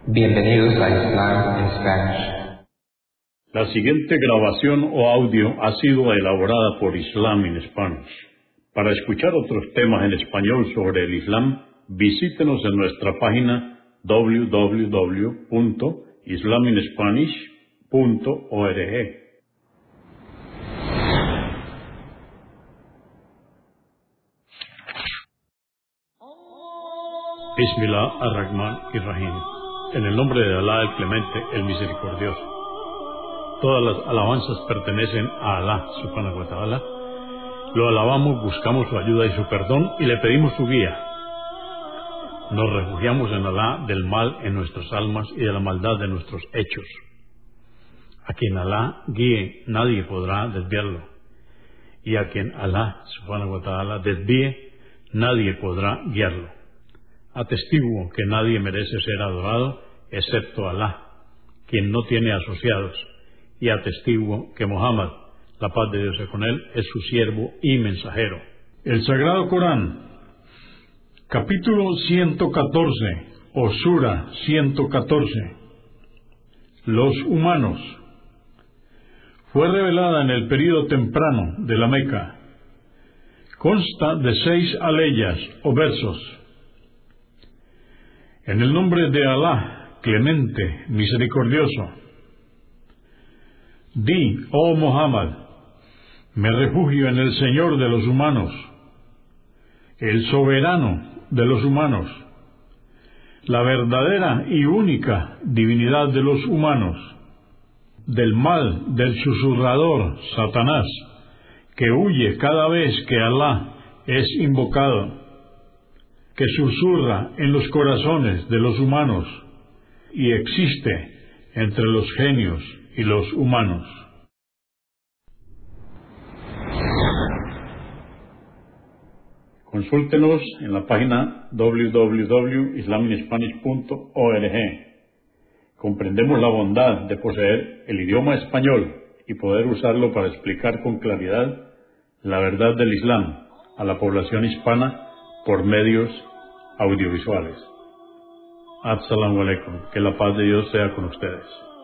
Bienvenidos a Islam en Spanish. La siguiente grabación o audio ha sido elaborada por Islam in Spanish. Para escuchar otros temas en español sobre el Islam, visítenos en nuestra página www.islaminspanish.org. Bismillah ar-Rahman ir-Rahim. En el nombre de Alá el Clemente, el Misericordioso. Todas las alabanzas pertenecen a Alá, subhanahu wa ta'ala. Lo alabamos, buscamos su ayuda y su perdón y le pedimos su guía. Nos refugiamos en Alá del mal en nuestras almas y de la maldad de nuestros hechos. A quien Alá guíe, nadie podrá desviarlo. Y a quien Alá, subhanahu wa ta'ala, desvíe, nadie podrá guiarlo. Atestiguo que nadie merece ser adorado excepto Alá, quien no tiene asociados, y atestiguo que Muhammad, la paz de Dios sea con él, es su siervo y mensajero. El Sagrado Corán, capítulo 114, o Sura 114. Los humanos. Fue revelada en el período temprano de la Meca. Consta de 6 aleyas o versos. En el nombre de Alá, clemente, misericordioso. Di, oh Muhammad, me refugio en el Señor de los humanos, el soberano de los humanos, la verdadera y única divinidad de los humanos, del mal del susurrador, Satanás, que huye cada vez que Alá es invocado, que susurra en los corazones de los humanos y existe entre los genios y los humanos. Consúltenos en la página www.islaminspanish.org. Comprendemos la bondad de poseer el idioma español y poder usarlo para explicar con claridad la verdad del Islam a la población hispana por medios audiovisuales. Assalamu alaikum. Que la paz de Dios sea con ustedes.